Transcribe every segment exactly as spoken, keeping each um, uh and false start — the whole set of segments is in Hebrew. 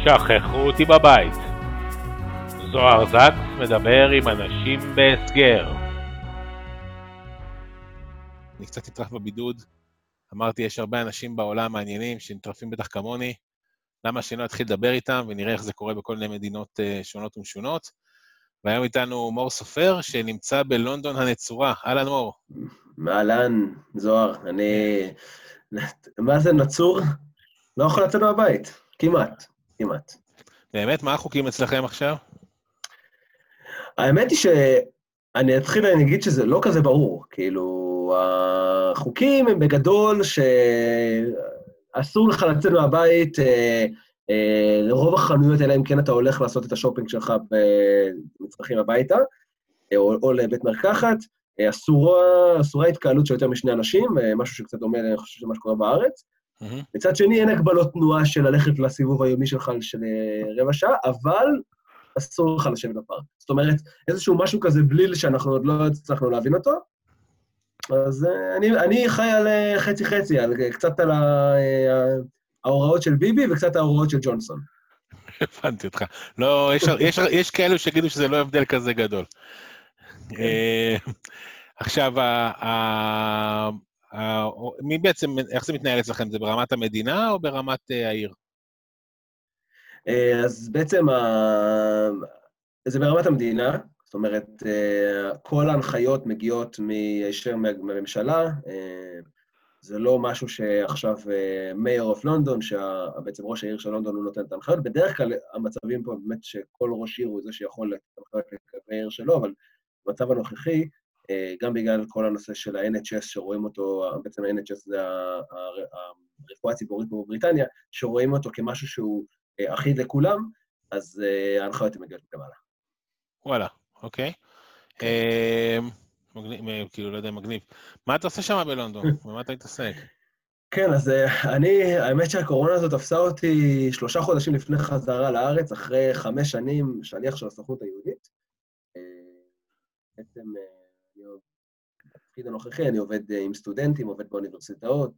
שכחו אותי בבית. זוהר זקס מדבר עם אנשים בהסגר. אני קצת נטרף בבידוד. אמרתי, יש הרבה אנשים בעולם מעניינים שנטרפים בטח כמוני. למה שאני לא אתחיל לדבר איתם ונראה איך זה קורה בכל מיני מדינות שונות ומשונות. והיום איתנו מור סופר שנמצא בלונדון הנצורה. אהלן מור. אהלן, זוהר. אני... מה זה נצור? לא יכול לצאת מהבית. כמעט, כמעט. באמת? מה החוקים אצלכם עכשיו? האמת היא שאני אתחיל, אני אגיד שזה לא כזה ברור. כאילו, החוקים הם בגדול שאסור לך לצאת מהבית לרוב החנויות, אלא אם כן אתה הולך לעשות את השופינג שלך במצרכים הביתה, או, או לבית מרקחת. אסורה, אסורה התקהלות של יותר משני אנשים, משהו שקצת דומה, אני חושב שמה שקורה בארץ. מצד שני, אין הגבלות תנועה של ללכת לסיבוב היומי שלך של רבע שעה, אבל אסור לך לשבת בפארק. זאת אומרת, איזשהו משהו כזה בליל שאנחנו עוד לא הצלחנו להבין אותו. אז אני, אני חי על חצי-חצי, על, קצת על ההוראות של ביבי וקצת ההוראות של ג'ונסון. הבנתי אותך. לא, יש, יש, יש כאלו שגידו שזה לא הבדל כזה גדול. עכשיו, מי בעצם, איך זה מתנהל אצלכם? זה ברמת המדינה או ברמת העיר? אז בעצם, זה ברמת המדינה, זאת אומרת, כל ההנחיות מגיעות מישר מהממשלה, זה לא משהו שעכשיו מייר אוף לונדון, שבעצם ראש העיר של לונדון הוא נותן את ההנחיות, בדרך כלל המצבים פה באמת שכל ראש עיר הוא זה שיכול לתת הנחיות לגבי העיר שלו, אבל במצב הנוכחי, גם בגלל כל הנושא של ה-אן אייץ' אס שרואים אותו, בעצם ה-אן אייץ' אס זה הרפואה הציבורית בבריטניה, שרואים אותו כמשהו שהוא אחיד לכולם, אז ההנחיות הן מגיעות למעלה. וואלה, אוקיי. כאילו, לא יודע, מגניב. מה אתה עושה שם בלונדון? במה אתה מתעסק? כן, אז אני, האמת שהקורונה הזאת תפסה אותי שלושה חודשים לפני חזרה לארץ, אחרי חמש שנים שליח של הסוכנות היהודית. בעצם, בתפקיד הנוכחי, אני עובד עם סטודנטים, עובד באוניברסיטאות,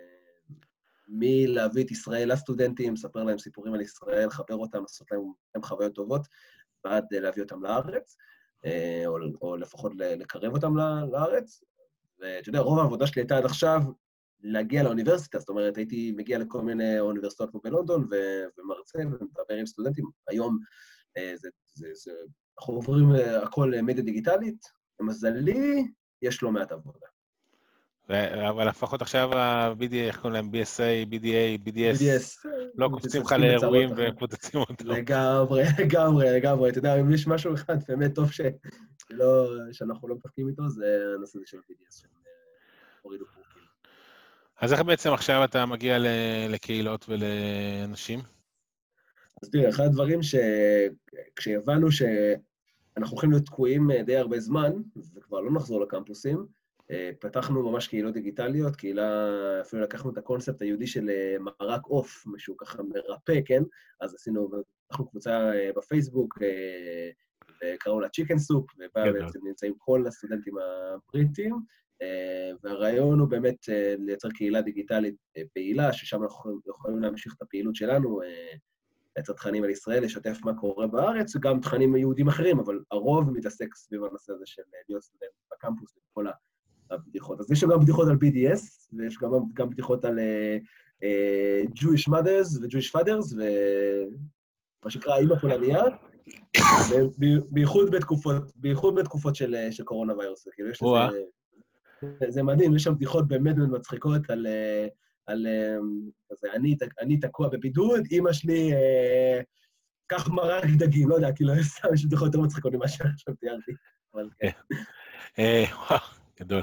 מלהביא את ישראל לסטודנטים, לספר להם סיפורים על ישראל, לחבר אותם, לעשות להם חוויות טובות, ועד להביא אותם לארץ, או, או לפחות לקרב אותם לארץ. ואתה יודע, רוב העבודה שלי הייתה עד עכשיו להגיע לאוניברסיטה, זאת אומרת, הייתי מגיע לכל מיני אוניברסיטאות כמו בלונדון, ומרצה ומדבר עם סטודנטים. היום זה, זה, זה, אנחנו עוברים הכל מדיה דיגיטלית, למזלי, יש לא מעט עבודה. אבל לפחות עכשיו ה-בי די איי, איך קוראים להם? בי אס איי, בי די איי, בי די אס, לא קופצים לך לאירועים ופוצצים אותו. לגמרי, לגמרי, לגמרי. אתה יודע, אם יש משהו אחד באמת טוב שאנחנו לא מפחקים איתו, זה הנושא של בי די אס, שהם הורידו חוקים. אז איך בעצם עכשיו אתה מגיע לקהילות ולאנשים? אז תראה, אחד הדברים שכשיבנו שאנחנו הולכים להיות תקועים די הרבה זמן, וכבר לא נחזור לקמפוסים, פתחנו ממש קהילות דיגיטליות, קהילה, אפילו לקחנו את הקונספט היהודי של מרק אוף, משהו ככה מרפא, כן? אז עשינו, פתחנו קבוצה בפייסבוק, וקראו לה צ'יקן סופ, ובה בעצם נמצאים כל הסטודנטים הבריטים, והרעיון הוא באמת לייצר קהילה דיגיטלית פעילה, ששם אנחנו יכולים להמשיך את הפעילות שלנו, לייצר תכנים על ישראל, לשתף מה קורה בארץ, וגם תכנים יהודים אחרים, אבל הרוב מתעסק סביב הנושא הזה של להיות סטודנט בקמפוס וכל הבדיחות. אז יש גם בדיחות על בי די אס, ויש גם, גם בדיחות על uh, uh, Jewish mothers ו-Jewish fathers, ומה שנקרא אימא פולניה, בייחוד בתקופות, בייחוד בתקופות של, של קורונה ויירוס. כאילו יש לזה, זה, זה מדהים, יש שם בדיחות באמת מצחיקות על, על כזה, אני, אני תקוע בבידוד, אימא שלי, uh, כך מרק דגים, לא יודע, כאילו, יש בדיחות יותר מצחיקות ממה שעכשיו תיארתי, אבל כן. וואו. גדול.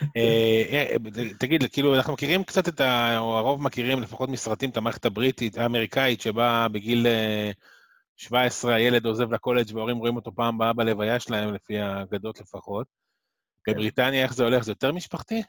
תגיד, כאילו, אנחנו מכירים קצת את ה... או הרוב מכירים לפחות מסרטים את המערכת הבריטית, האמריקאית, שבה בגיל שבע עשרה הילד עוזב לקולג' וההורים רואים אותו פעם באה בלוויה שלהם, לפי האגדות לפחות. בבריטניה, איך זה הולך? זה יותר משפחתי?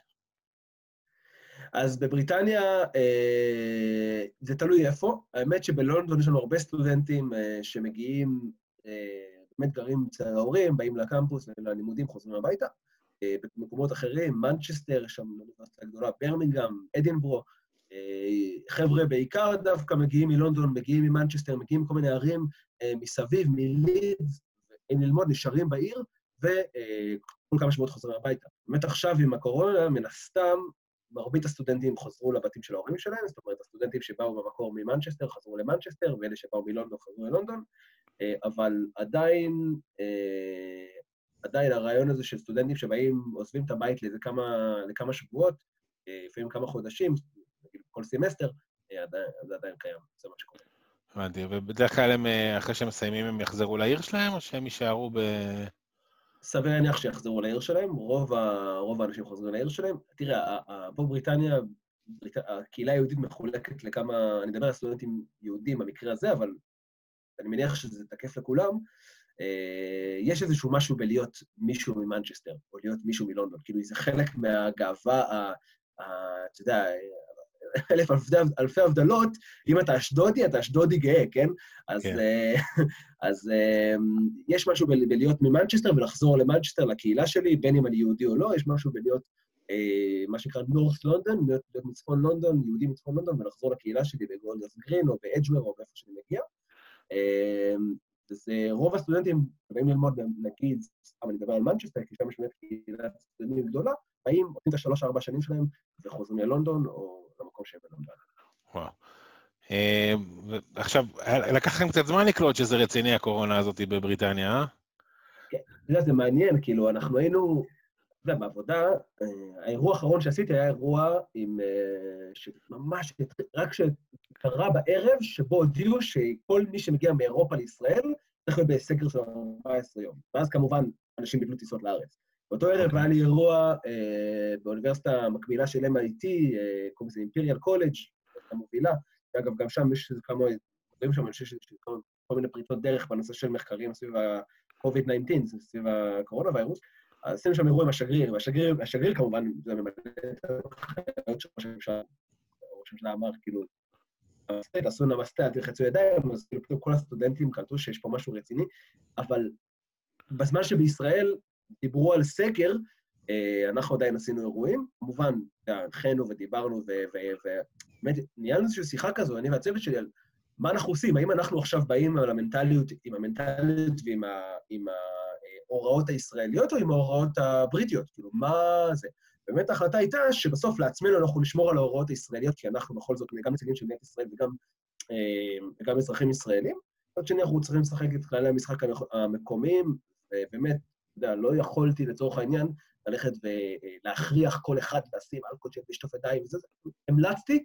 אז בבריטניה, זה תלוי איפה. האמת שבלונדון יש לנו הרבה סטודנטים שמגיעים, באמת גרים אצל ההורים, באים לקמפוס וללימודים, חוזרים הביתה. במקומות אחרים, מנצ'סטר, שם אוניברסיטה גדולה, ברמינגהאם, אדינבורו, חבר'ה בעיקר דווקא מגיעים מלונדון, מגיעים ממנצ'סטר, מגיעים מכל מיני ערים מסביב, מלידס, הם ללמוד, נשארים בעיר, וכל כמה שבועות חוזרים הביתה. באמת עכשיו עם הקורונה, מן הסתם, מרבית הסטודנטים חזרו לבתים של ההורים שלהם, זאת אומרת, הסטודנטים שבאו במקור ממנצ'סטר חזרו למנצ'סטר, ואלה שבאו מלונדון חזרו ללונדון, אבל עדיין, עדיין הרעיון הזה של סטודנטים שבאים, עוזבים את הבית לאיזה כמה, לכמה שבועות, לפעמים כמה חודשים, כל סמסטר, זה עדיין קיים, זה מה שקורה. הבנתי, ובדרך כלל הם, אחרי שהם מסיימים, הם יחזרו לעיר שלהם, או שהם יישארו ב... סביר להניח שיחזרו לעיר שלהם, רוב, ה... רוב האנשים חוזרים לעיר שלהם. תראה, פה בבריטניה, בריט... הקהילה היהודית מחולקת לכמה, אני מדבר על סטודנטים יהודים במקרה הזה, אבל אני מניח שזה תקף לכולם, יש איזשהו משהו בלהיות מישהו ממנצ'סטר, או להיות מישהו מלונדון, כאילו זה חלק מהגאווה, אתה יודע, אלף אלפי הבדלות, אם אתה אשדודי, אתה אשדודי גאה, כן? אז, כן. אז יש משהו בלהיות ממנצ'סטר ולחזור למנצ'סטר, לקהילה שלי, בין אם אני יהודי או לא, יש משהו בלהיות, מה שנקרא נורת' לונדון, להיות מצפון לונדון, יהודי מצפון לונדון, ולחזור לקהילה שלי בגולדרס גרין או באדג'וור או באיפה שאני מגיע. וזה רוב הסטודנטים שבאים ללמוד, נגיד, אני מדבר על מנצ'סטר, כי שם יש באמת קהילת סטודנטים גדולה, באים, עושים את השלוש ארבע שנים שלהם, וחוזרים ללונדון או למקום שהם בלונדון. וואו. עכשיו, לקח לכם קצת זמן לקלוט שזה רציני הקורונה הזאת בבריטניה, אה? כן, זה מעניין, כאילו, אנחנו היינו, אתה יודע, בעבודה, האירוע האחרון שעשיתי היה אירוע עם, שממש, רק שקרה בערב, שבו הודיעו שכל מי שמגיע מאירופה לישראל, צריך להיות בסגר של ארבעה עשר יום. ואז כמובן, אנשים ביטלו טיסות לארץ. באותו ערב היה לי אירוע באוניברסיטה המקבילה של אם איי טי, קוראים לזה אימפריאל קולג', המובילה. אגב, גם שם יש כמה דברים שם, אני חושב שיש כל מיני פריצות דרך בנושא של מחקרים סביב ה-קוביד תשע עשרה, סביב הקורונה והווירוס. אז עשינו שם אירוע עם השגריר, והשגריר, השגריר כמובן, זה ממלא את החיות שראש הממשלה, ראש הממשלה אמר, כאילו, תעשו נמסטה, אל תלחצו ידיים, אז כאילו פתאום כל הסטודנטים קלטו שיש פה משהו רציני, אבל בזמן שבישראל דיברו על סקר, אנחנו עדיין עשינו אירועים, כמובן, הנחינו ודיברנו, ובאמת, ניהלנו איזושהי שיחה כזו, אני והצוות שלי, על מה אנחנו עושים, האם אנחנו עכשיו באים על המנטליות, עם המנטליות ועם ההוראות הישראליות, או עם ההוראות הבריטיות, כאילו, מה זה? באמת ההחלטה הייתה שבסוף לעצמנו אנחנו נשמור על ההוראות הישראליות, כי אנחנו בכל זאת גם נציגים של מדינת ישראל וגם, וגם אזרחים ישראלים, עוד שני אנחנו צריכים לשחק את כללי המשחק המקומיים, ובאמת, אתה יודע, לא יכולתי לצורך העניין ללכת ולהכריח כל אחד לשים אלכוהול של לשטוף ידיים וזה, המלצתי,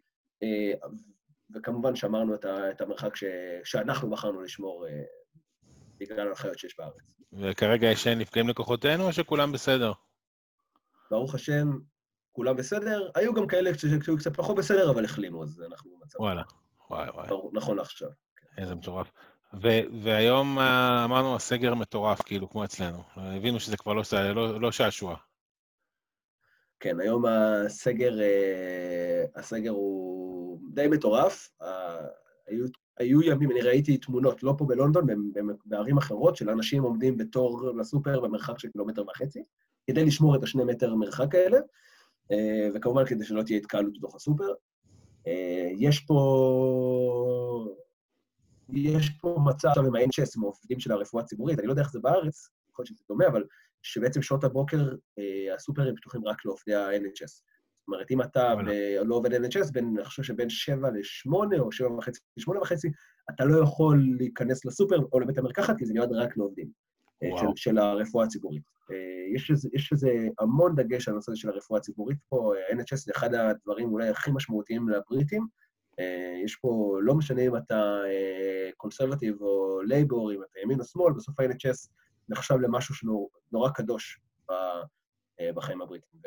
וכמובן שמרנו את המרחק שאנחנו בחרנו לשמור בגלל ההנחיות שיש בארץ. וכרגע יש נפגעים לקוחותינו או שכולם בסדר? ברוך השם, כולם בסדר. היו גם כאלה שהיו קצת פחות בסדר, אבל החלימו, אז אנחנו במצב. וואלה, וואי וואי. נכון לעכשיו. איזה מטורף. והיום אמרנו, הסגר מטורף, כאילו, כמו אצלנו. הבינו שזה כבר לא שעשוע. כן, היום הסגר, הסגר הוא די מטורף. היו ימים, אני ראיתי תמונות, לא פה בלונדון, בערים אחרות, של אנשים עומדים בתור לסופר במרחק של קילומטר וחצי, כדי לשמור את השני מטר מרחק האלה, וכמובן כדי שלא תהיה התקהלות בתוך הסופר. יש פה... יש פה מצב עם ה-אן אייץ' אס, עם העובדים של הרפואה הציבורית, אני לא יודע איך זה בארץ, יכול להיות שזה דומה, אבל שבעצם שעות הבוקר הסופרים פתוחים רק לעובדי ה-אן אייץ' אס. זאת אומרת, אם אתה לא עובד אן אייץ' אס, אני חושב שבין שבע לשמונה, או שבע וחצי לשמונה וחצי, אתה לא יכול להיכנס לסופר או לבית המרקחת, כי זה מיועד רק לעובדים של הרפואה הציבורית. יש איזה המון דגש על הנושא של הרפואה הציבורית פה, ה-אן אייץ' אס זה אחד הדברים אולי הכי משמעותיים לבריטים, יש פה, לא משנה אם אתה קונסרבטיב או לייבור, אם אתה ימין או שמאל, בסוף ה-אן אייץ' אס נחשב למשהו שנורא קדוש בחיים הבריטים,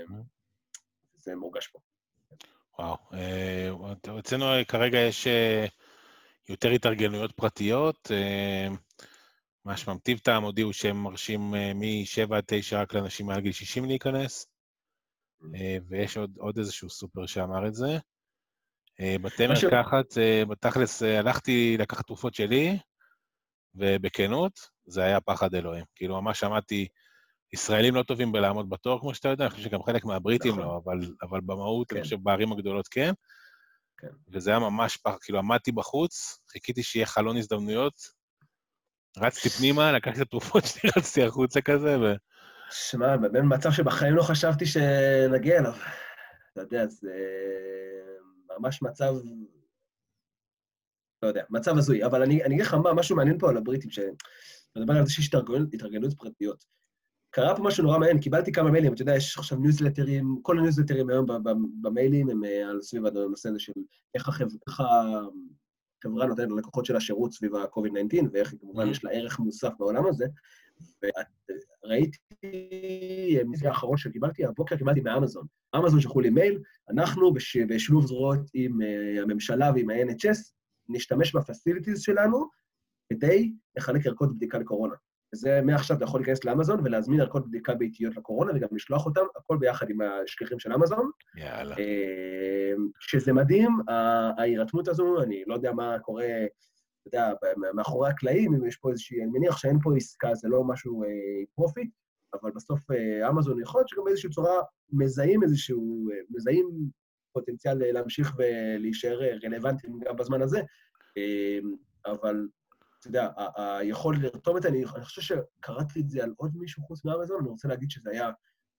וזה מורגש פה. וואו, אצלנו כרגע יש יותר התארגנויות פרטיות, מה שממטיב טעם הודיעו שהם מרשים מ-שבע עד תשע רק לאנשים מעל גיל שישים להיכנס, ויש עוד איזשהו סופר שאמר את זה. בתי מרקחת, בתכלס הלכתי לקחת תרופות שלי, ובכנות, זה היה פחד אלוהים. כאילו, ממש שמעתי, ישראלים לא טובים בלעמוד בתור, כמו שאתה יודע, אני חושב שגם חלק מהבריטים לא, אבל במהות, אני חושב, בערים הגדולות כן. כן. וזה היה ממש פח, כאילו עמדתי בחוץ, חיכיתי שיהיה חלון הזדמנויות, רצתי פנימה, לקחתי את התרופות שלי, רצתי החוצה כזה, ו... שמע, באמת מצב שבחיים לא חשבתי שנגיע אליו. אתה יודע, זה ממש מצב, לא יודע, מצב הזוי. אבל אני, אני אגיד לך מה, משהו מעניין פה על הבריטים, שמדבר על זה שיש התארגנות פרטיות. קרה פה משהו נורא מעניין, קיבלתי כמה מיילים, אתה יודע, יש עכשיו ניוזלטרים, כל הניוזלטרים היום במיילים הם על סביב הנושא הזה של איך החברה נותנת ללקוחות של השירות סביב ה-קוביד תשע עשרה, ואיך כמובן יש לה ערך מוסף בעולם הזה. וראיתי, מזה האחרון שקיבלתי, הבוקר קיבלתי מאמזון. אמזון שלחו לי מייל, אנחנו בשילוב זרועות עם הממשלה ועם ה-אן אייץ' אס, נשתמש בפסיליטיז שלנו כדי לחלק ערכות בדיקה לקורונה. וזה מעכשיו אתה יכול להיכנס לאמזון ולהזמין ערכות בדיקה ביתיות לקורונה, וגם לשלוח אותם, הכל ביחד עם השליחים של אמזון. יאללה. שזה מדהים, ההירתמות הזו, אני לא יודע מה קורה, אתה יודע, מאחורי הקלעים, אם יש פה איזושהי, אני מניח שאין פה עסקה, זה לא משהו פרופיט, אבל בסוף אמזון יכול להיות שגם באיזושהי צורה מזהים איזשהו, מזהים פוטנציאל להמשיך ולהישאר רלוונטיים גם בזמן הזה, אבל אתה יודע, היכול לרתום את זה, אני חושב שקראתי את זה על עוד מישהו חוץ מאמזון, אני רוצה להגיד שזה היה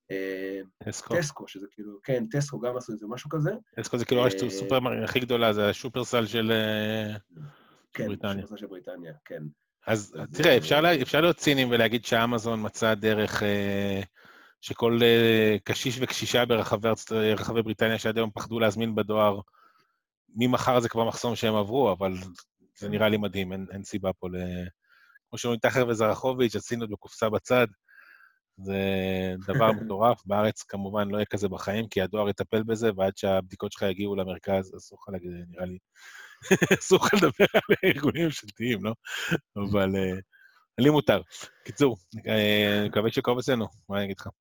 טסקו, שזה כאילו, כן, טסקו גם עשו את זה, משהו כזה. טסקו זה כאילו הרשת הסופרמרקט הכי גדולה, זה השופרסל של בריטניה. כן, שופרסל של בריטניה, כן. אז תראה, אפשר להיות ציניים ולהגיד שאמזון מצא דרך שכל קשיש וקשישה ברחבי בריטניה שעד היום פחדו להזמין בדואר, ממחר זה כבר מחסום שהם עברו, אבל זה נראה לי מדהים, אין, אין סיבה פה ל... כמו שאומרים תחר וזרחוביץ', עשינו בקופסה בצד, זה דבר מטורף, בארץ כמובן לא יהיה כזה בחיים, כי הדואר יטפל בזה, ועד שהבדיקות שלך יגיעו למרכז, אסור לך להגיד, נראה לי, אסור לך לדבר על ארגונים ממשלתיים, לא? אבל לי מותר. קיצור, אני מקווה שקרוב אצלנו, מה אני אגיד לך?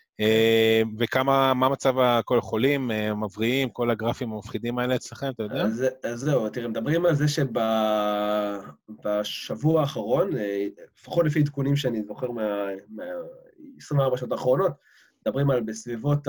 וכמה, מה מצב כל החולים, מבריאים, כל הגרפים המפחידים האלה אצלכם, אתה יודע? אז, אז זהו, תראה, מדברים על זה שבשבוע האחרון, לפחות לפי עדכונים שאני זוכר מה-עשרים וארבע שעות האחרונות, מדברים על בסביבות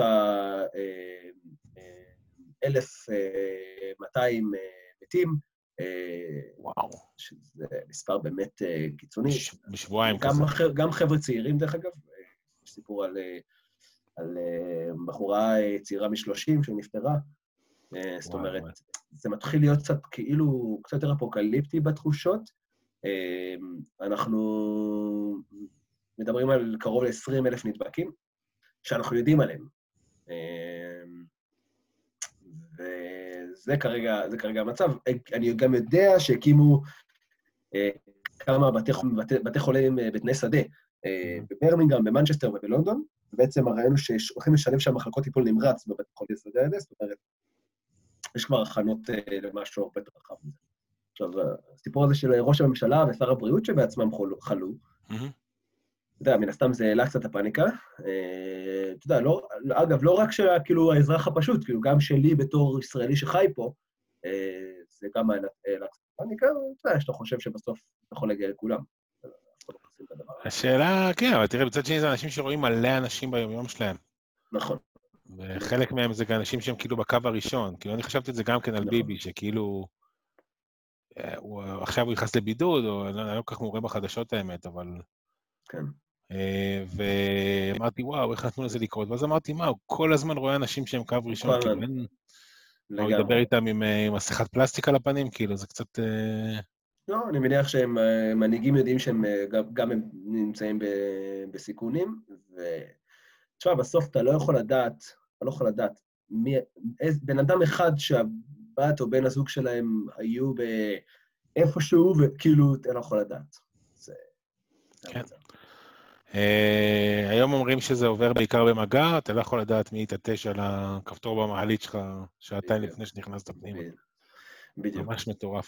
ה-אלף ומאתיים מתים, וואו. שזה מספר באמת קיצוני. בשבועיים גם, כזה. גם חבר'ה צעירים, דרך אגב, יש סיפור על... על בחורה צעירה משלושים שנפטרה. זאת אומרת, זה מתחיל להיות קצת כאילו, קצת יותר אפוקליפטי בתחושות. אנחנו מדברים על קרוב ל-עשרים אלף נדבקים, שאנחנו יודעים עליהם. וזה כרגע, זה כרגע המצב. אני גם יודע שהקימו כמה בתי, בתי, בתי חולים בתנאי שדה, בברמינגהאם, במנצ'סטר ובלונדון, ובעצם הראינו שהולכים לשלב שם מחלקות טיפול נמרץ בבית חולים שדה האלה, זאת אומרת, יש כבר הכנות למשהו הרבה יותר רחב מזה. עכשיו, הסיפור הזה של ראש הממשלה ושר הבריאות שבעצמם חלו, אתה יודע, מן הסתם זה העלה קצת הפאניקה. אתה יודע, אגב, לא רק שכאילו האזרח הפשוט, כאילו גם שלי בתור ישראלי שחי פה, זה גם העלה קצת הפאניקה, אתה יודע, שאתה חושב שבסוף יכול להגיע לכולם. השאלה, כן, אבל תראה, בצד שני זה אנשים שרואים מלא אנשים ביום-יום שלהם. נכון. וחלק מהם זה אנשים שהם כאילו בקו הראשון. כאילו, אני חשבתי את זה גם כן על ביבי, שכאילו, עכשיו הוא יכנס לבידוד, או אני לא כל כך מעורה בחדשות האמת, אבל... כן. ואמרתי, וואו, איך נתנו לזה לקרות? ואז אמרתי, מה, הוא כל הזמן רואה אנשים שהם קו ראשון, כאילו, אין... הוא ידבר איתם עם מסכת פלסטיק על הפנים, כאילו, זה קצת... לא, אני מניח שהם מנהיגים יודעים שהם גם הם נמצאים בסיכונים, ותשמע, בסוף אתה לא יכול לדעת, אתה לא יכול לדעת, בן אדם אחד שהבת או בן הזוג שלהם היו באיפשהו, וכאילו, אתה לא יכול לדעת. כן. היום אומרים שזה עובר בעיקר במגע, אתה לא יכול לדעת מי יתעטש על הכפתור במעלית שלך, שעתיים לפני שנכנסת פנימה. בדיוק. ממש מטורף.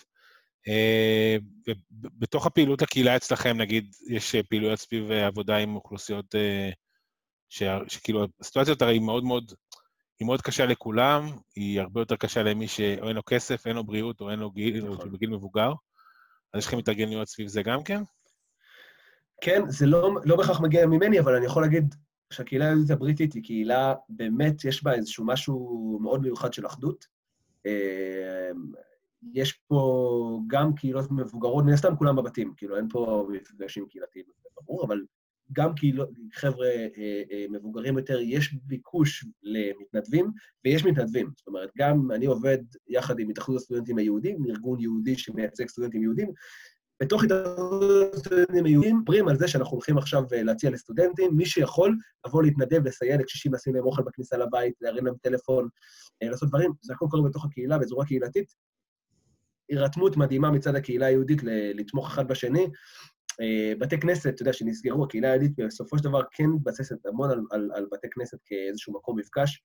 ובתוך הפעילות הקהילה אצלכם, נגיד, יש פעילויות סביב עבודה עם אוכלוסיות, שכאילו, הסיטואציות הרי היא מאוד מאוד, היא מאוד קשה לכולם, היא הרבה יותר קשה למי שאו אין לו כסף, אין לו בריאות, או אין לו גיל, או בגיל מבוגר. אז יש לכם התארגנויות סביב זה גם כן? כן, זה לא, לא בכך מגיע ממני, אבל אני יכול להגיד שהקהילה היהודית הבריטית היא קהילה, באמת יש בה איזשהו משהו מאוד מיוחד של אחדות. יש פה גם קהילות מבוגרות, מן הסתם כולם בבתים, כאילו אין פה מפגשים קהילתיים, זה ברור, אבל גם קהילות, חבר'ה מבוגרים יותר, יש ביקוש למתנדבים, ויש מתנדבים. זאת אומרת, גם אני עובד יחד עם התאחדות הסטודנטים היהודים, ארגון יהודי שמייצג סטודנטים יהודים, בתוך התאחדות הסטודנטים היהודים, מדברים על זה שאנחנו הולכים עכשיו להציע לסטודנטים, מי שיכול לבוא להתנדב, לסייע לקשישים, לשים להם אוכל בכניסה לבית, להרים להם טלפון, לעשות דברים, זה הכל קורה בתוך הקהילה, בצורה קהילתית. הירתמות מדהימה מצד הקהילה היהודית לתמוך אחד בשני. בתי כנסת, אתה יודע, שנסגרו, הקהילה היהודית בסופו של דבר כן מתבססת המון על, על, על בתי כנסת כאיזשהו מקום מפגש.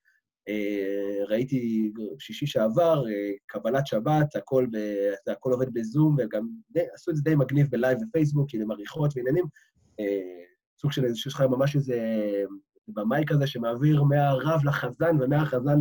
ראיתי שישי שעבר, קבלת שבת, הכל, ב, הכל עובד בזום, וגם די, עשו את זה די מגניב בלייב בפייסבוק, עם עריכות ועניינים. סוג של שיש לך ממש איזה במאי כזה שמעביר מהרב לחזן, ומהחזן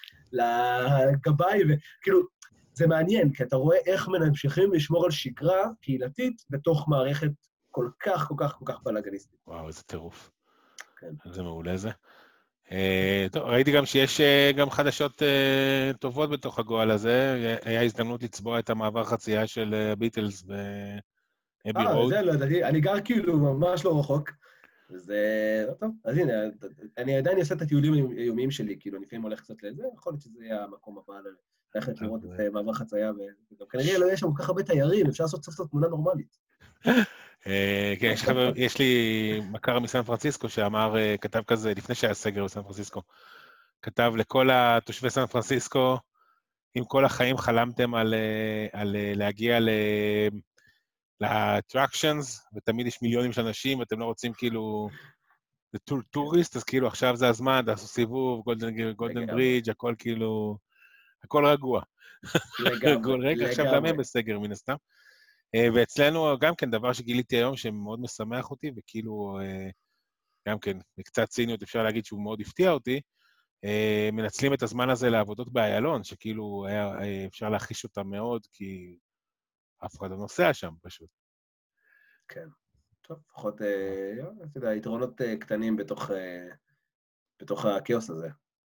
לגבאי, וכאילו, זה מעניין, כי אתה רואה איך ממשיכים לשמור על שגרה קהילתית בתוך מערכת כל כך, כל כך, כל כך בלגניסטית. וואו, איזה טירוף. כן. זה מעולה זה. טוב, ראיתי גם שיש גם חדשות טובות בתוך הגועל הזה. היה הזדמנות לצבוע את המעבר חצייה של ביטלס באבי רוד. אה, זה לא ידעתי, אני גר כאילו ממש לא רחוק. וזה, לא טוב, אז הנה, אני עדיין אעשה את הטיולים היומיים שלי, כאילו, אני לפעמים הולך קצת לזה, יכול להיות שזה יהיה המקום הבא ללכת לראות את מעבר חצייה, וכנראה לא יש שם כל כך הרבה תיירים, אפשר לעשות סוף סוף תמונה נורמלית. כן, יש לי מכר מסן פרנסיסקו שאמר, כתב כזה, לפני שהיה סגר בסן פרנסיסקו, כתב לכל התושבי סן פרנסיסקו, אם כל החיים חלמתם על להגיע ל-attractions, ותמיד יש מיליונים של אנשים, ואתם לא רוצים כאילו, זה טוריסט, אז כאילו עכשיו זה הזמן, תעשו סיבוב, גולדן ברידג', הכל כאילו, הכל רגוע. רגע, עכשיו גם הם בסגר מן הסתם. ואצלנו גם כן דבר שגיליתי היום שמאוד משמח אותי, וכאילו גם כן, בקצת ציניות אפשר להגיד שהוא מאוד הפתיע אותי, מנצלים את הזמן הזה לעבודות באיילון, שכאילו היה, אפשר להחיש אותם מאוד, כי אף אחד לא נוסע שם פשוט. כן, טוב, לפחות, אתה יודע, יתרונות קטנים בתוך, בתוך הכאוס הזה.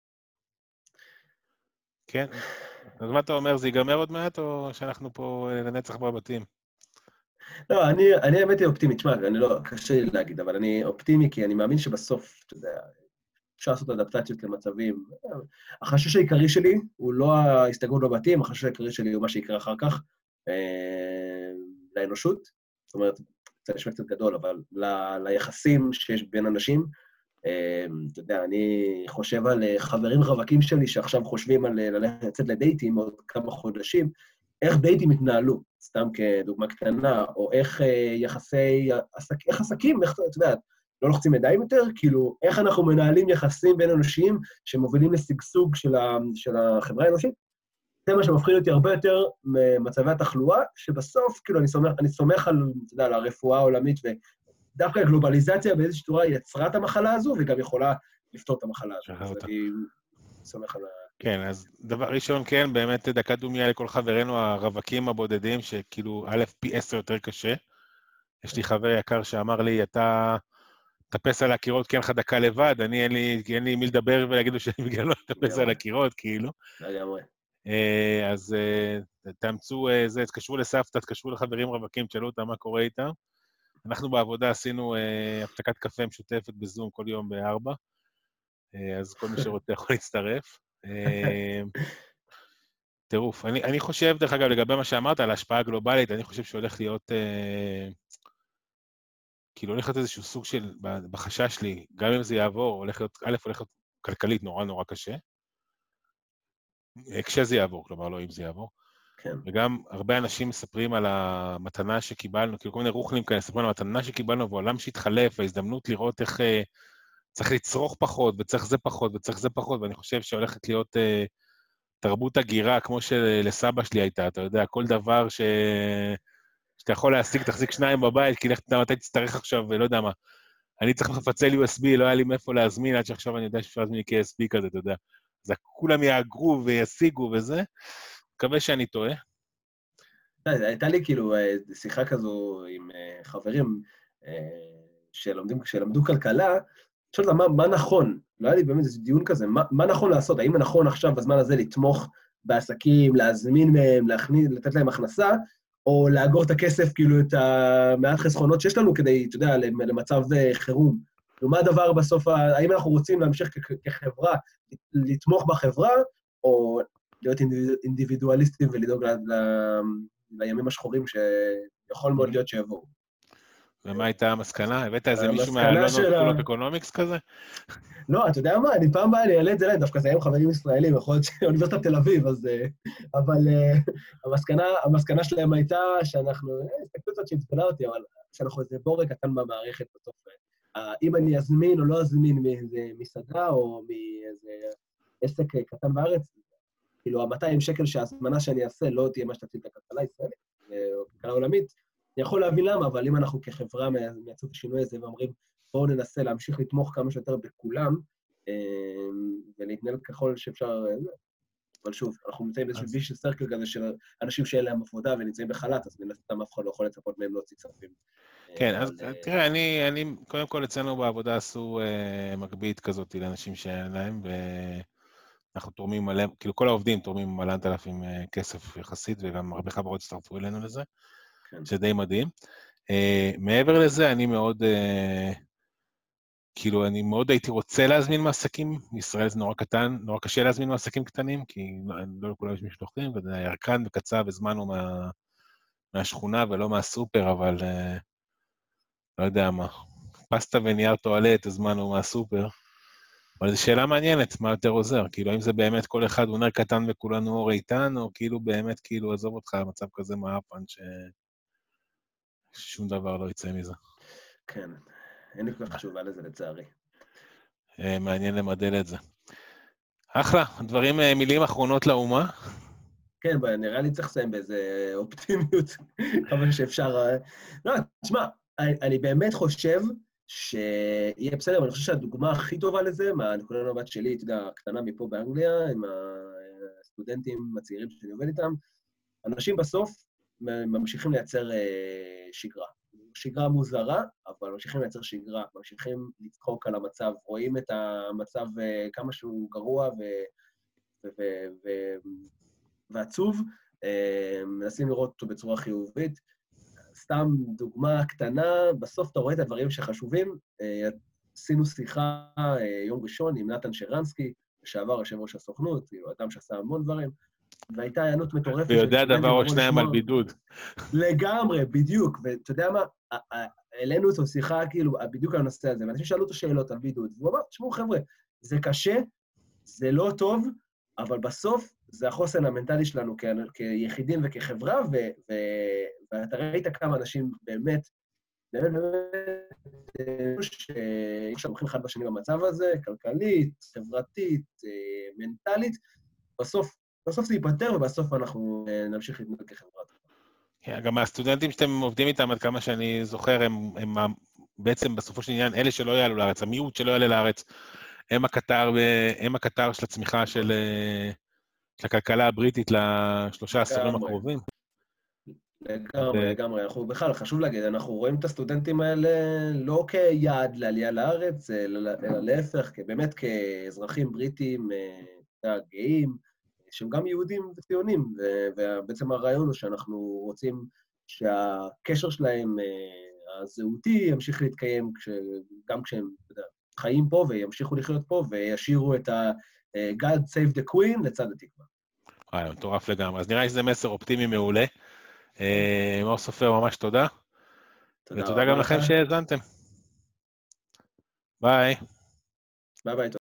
כן, אז מה אתה אומר, זה ייגמר עוד מעט, או שאנחנו פה לנצח בבתים? לא, אני, אני האמת היא אופטימית, תשמע, אני לא, קשה לי להגיד, אבל אני אופטימי, כי אני מאמין שבסוף, אתה יודע, אפשר לעשות אדפטציות למצבים. החשש העיקרי שלי הוא לא ההסתגרות בבתים, החשש העיקרי שלי הוא מה שיקרה אחר כך, אה, לאנושות, זאת אומרת, זה נשמע קצת גדול, אבל ל, ליחסים שיש בין אנשים, אה, אתה יודע, אני חושב על חברים רווקים שלי שעכשיו חושבים על לצאת לדייטים עוד כמה חודשים, איך דייטים התנהלו, סתם כדוגמה קטנה, או איך יחסי, איך עסקים, איך, אתה יודע, לא לוחצים ידיים יותר, כאילו, איך אנחנו מנהלים יחסים בין אנושיים שמובילים לסגסוג של, ה, של החברה האנושית, זה מה שמפחיד אותי הרבה יותר ממצבי התחלואה, שבסוף, כאילו, אני סומך, אני סומך על, אתה יודע, על הרפואה העולמית, ודווקא הגלובליזציה באיזושהי צורה יצרה את המחלה הזו, וגם יכולה לפתור את המחלה הזו. אז אני סומך על ה... כן, אז דבר ראשון, כן, באמת דקה דומיה לכל חברינו הרווקים הבודדים, שכאילו א' פי עשר יותר קשה. יש לי חבר יקר שאמר לי, אתה תטפס על הקירות, כי אין לך דקה לבד, אני אין לי, אין לי מי לדבר ולהגיד לו שאני בגלל לא תטפס על הקירות, כאילו. לגמרי. אז תאמצו, זה, תקשרו לסבתא, תקשרו לחברים רווקים, תשאלו אותם מה קורה איתם. אנחנו בעבודה עשינו הפסקת קפה משותפת בזום כל יום בארבע, אז כל מי שרוצה יכול להצטרף. טירוף. אני, אני חושב, דרך אגב, לגבי מה שאמרת על ההשפעה הגלובלית, אני חושב שהולך להיות, אה, כאילו הולך להיות איזשהו סוג של, בחשש שלי, גם אם זה יעבור, הולך להיות, א', הולך להיות כלכלית נורא נורא קשה, כשזה יעבור, כלומר לא אם זה יעבור. כן. וגם הרבה אנשים מספרים על המתנה שקיבלנו, כאילו כל מיני רוחנים כאלה, מספרים על המתנה שקיבלנו, ועולם שהתחלף, וההזדמנות לראות איך אה, צריך לצרוך פחות, וצריך זה פחות, וצריך זה פחות, ואני חושב שהולכת להיות אה, תרבות הגירה, כמו שלסבא שלי הייתה, אתה יודע, כל דבר ש... שאתה יכול להשיג, תחזיק שניים בבית, כי לך תדע מתי תצטרך עכשיו, ולא יודע מה. אני צריך מפצל יו אס בי, לא היה לי מאיפה להזמין, עד שעכשיו אני יודע שאפשר להזמין כ-יו אס בי כזה, אתה יודע. אז כולם יאגרו וישיגו וזה, מקווה שאני טועה. הייתה לי כאילו שיחה כזו עם חברים שלומדים, שלמדו כלכלה, אני חושב מה, מה נכון, לא היה לי באמת איזה דיון כזה, מה, מה נכון לעשות, האם נכון עכשיו בזמן הזה לתמוך בעסקים, להזמין מהם, להכניס, לתת להם הכנסה, או לאגור את הכסף, כאילו, את המעט חסכונות שיש לנו, כדי, אתה יודע, למצב חירום. ומה הדבר בסוף, האם אנחנו רוצים להמשיך כחברה, לתמוך בחברה, או להיות אינדיבידואליסטים ולדאוג לימים השחורים שיכול מאוד להיות שיבואו. ומה הייתה המסקנה? הבאת איזה מישהו מהלונדון סקול אוף אקונומיקס כזה? לא, אתה יודע מה, אני פעם באה, אני אעלה את זה להם, דווקא זה היום חברים ישראלים, יכול להיות שאוניברסיטת תל אביב, אז... אבל המסקנה שלהם הייתה שאנחנו, הסתכלות הזאת שהצבלה אותי, אבל שאנחנו איזה בורג קטן במערכת בסוף. אם אני אזמין או לא אזמין מאיזה מסעדה או מאיזה עסק קטן בארץ, כאילו, ה-מאתיים שקל שההזמנה שאני אעשה לא תהיה מה שתציל את הכלכלה הישראלית, או כלכלה עולמית, אני יכול להבין למה, אבל אם אנחנו כחברה מייצאים את השינוי הזה ואומרים, בואו ננסה להמשיך לתמוך כמה שיותר בכולם, ולהתנהל ככל שאפשר, אבל שוב, אנחנו נמצאים באיזשהו ויש סרקל כזה של אנשים שאין להם עבודה ונמצאים בחל"ת, אז מן הסתם אף אחד לא יכול לצפות מהם להוציא כספים. כן, אז תראה, אני, קודם כל אצלנו בעבודה עשו מגבית כזאת לאנשים שאין להם, ואנחנו תורמים מלא, כאילו כל העובדים תורמים מלא אלפים כסף יחסית, וגם הרבה חברות הצטרפו אלינו לזה, שזה די מדהים. מעבר לזה, אני מאוד... כאילו, אני מאוד הייתי רוצה להזמין מעסקים, בישראל זה נורא קטן, נורא קשה להזמין מעסקים קטנים, כי לא לכולם יש משלוחים, וזה ירקן וקצב, הזמנו מה, מהשכונה ולא מהסופר, אבל אה, לא יודע מה, פסטה ונייר טואלט, הזמנו מהסופר, אבל זו שאלה מעניינת, מה יותר עוזר, כאילו, האם זה באמת כל אחד הוא נר קטן וכולנו אור איתן, או כאילו באמת, כאילו, עזוב אותך, המצב כזה מאפן, ש... ששום דבר לא יצא מזה. כן. אין לי כל כך חשובה לזה, לצערי. מעניין למדל את זה. אחלה, דברים, מילים אחרונות לאומה. כן, נראה לי צריך לסיים באיזה אופטימיות, כמה שאפשר. לא, תשמע, אני באמת חושב שיהיה בסדר, אבל אני חושב שהדוגמה הכי טובה לזה, מהנקודה המבט שלי, אתה יודע, הקטנה מפה באנגליה, עם הסטודנטים הצעירים שאני עובד איתם, אנשים בסוף ממשיכים לייצר שגרה. שגרה מוזרה, אבל ממשיכים לייצר שגרה, ממשיכים לצחוק על המצב, רואים את המצב כמה שהוא גרוע ו... ו... ו... ועצוב, מנסים לראות אותו בצורה חיובית. סתם דוגמה קטנה, בסוף אתה רואה את הדברים שחשובים. עשינו שיחה יום ראשון עם נתן שרנסקי, לשעבר יושב ראש הסוכנות, כאילו, אדם שעשה המון דברים, והייתה הענות מטורפת. ויודע דבר או שניים על בידוד. לגמרי, בדיוק, ואתה יודע מה, העלינו אותו שיחה, כאילו, בדיוק על הנושא הזה, ואנשים שאלו אותו שאלות על בידוד, והוא אמר, תשמעו חבר'ה, זה קשה, זה לא טוב, אבל בסוף זה החוסן המנטלי שלנו כיחידים וכחברה, ואתה ראית כמה אנשים באמת, באמת, באמת, שהולכים אחד בשני במצב הזה, כלכלית, חברתית, מנטלית, בסוף, בסוף זה ייפטר, ובסוף אנחנו נמשיך להתנהל כחברה. כן, גם הסטודנטים שאתם עובדים איתם, עד כמה שאני זוכר, הם, הם בעצם בסופו של עניין, אלה שלא יעלו לארץ, המיעוט שלא יעלה לארץ, הם הקטר, הם הקטר של הצמיחה של, של הכלכלה הבריטית לשלושה עשורים הקרובים. לגמרי, לגמרי. אנחנו בכלל, חשוב להגיד, אנחנו רואים את הסטודנטים האלה לא כיעד לעלייה לארץ, אלא להפך, באמת כאזרחים בריטים גאים, שהם גם יהודים וציונים, ובעצם הרעיון הוא שאנחנו רוצים שהקשר שלהם, הזהותי, ימשיך להתקיים גם כשהם חיים פה וימשיכו לחיות פה, וישירו את ה-God Save the Queen לצד התקווה. וואי, מטורף לגמרי. אז נראה לי שזה מסר אופטימי מעולה. מאור סופר, ממש תודה. ותודה גם לכם שהאזנתם. ביי. ביי ביי.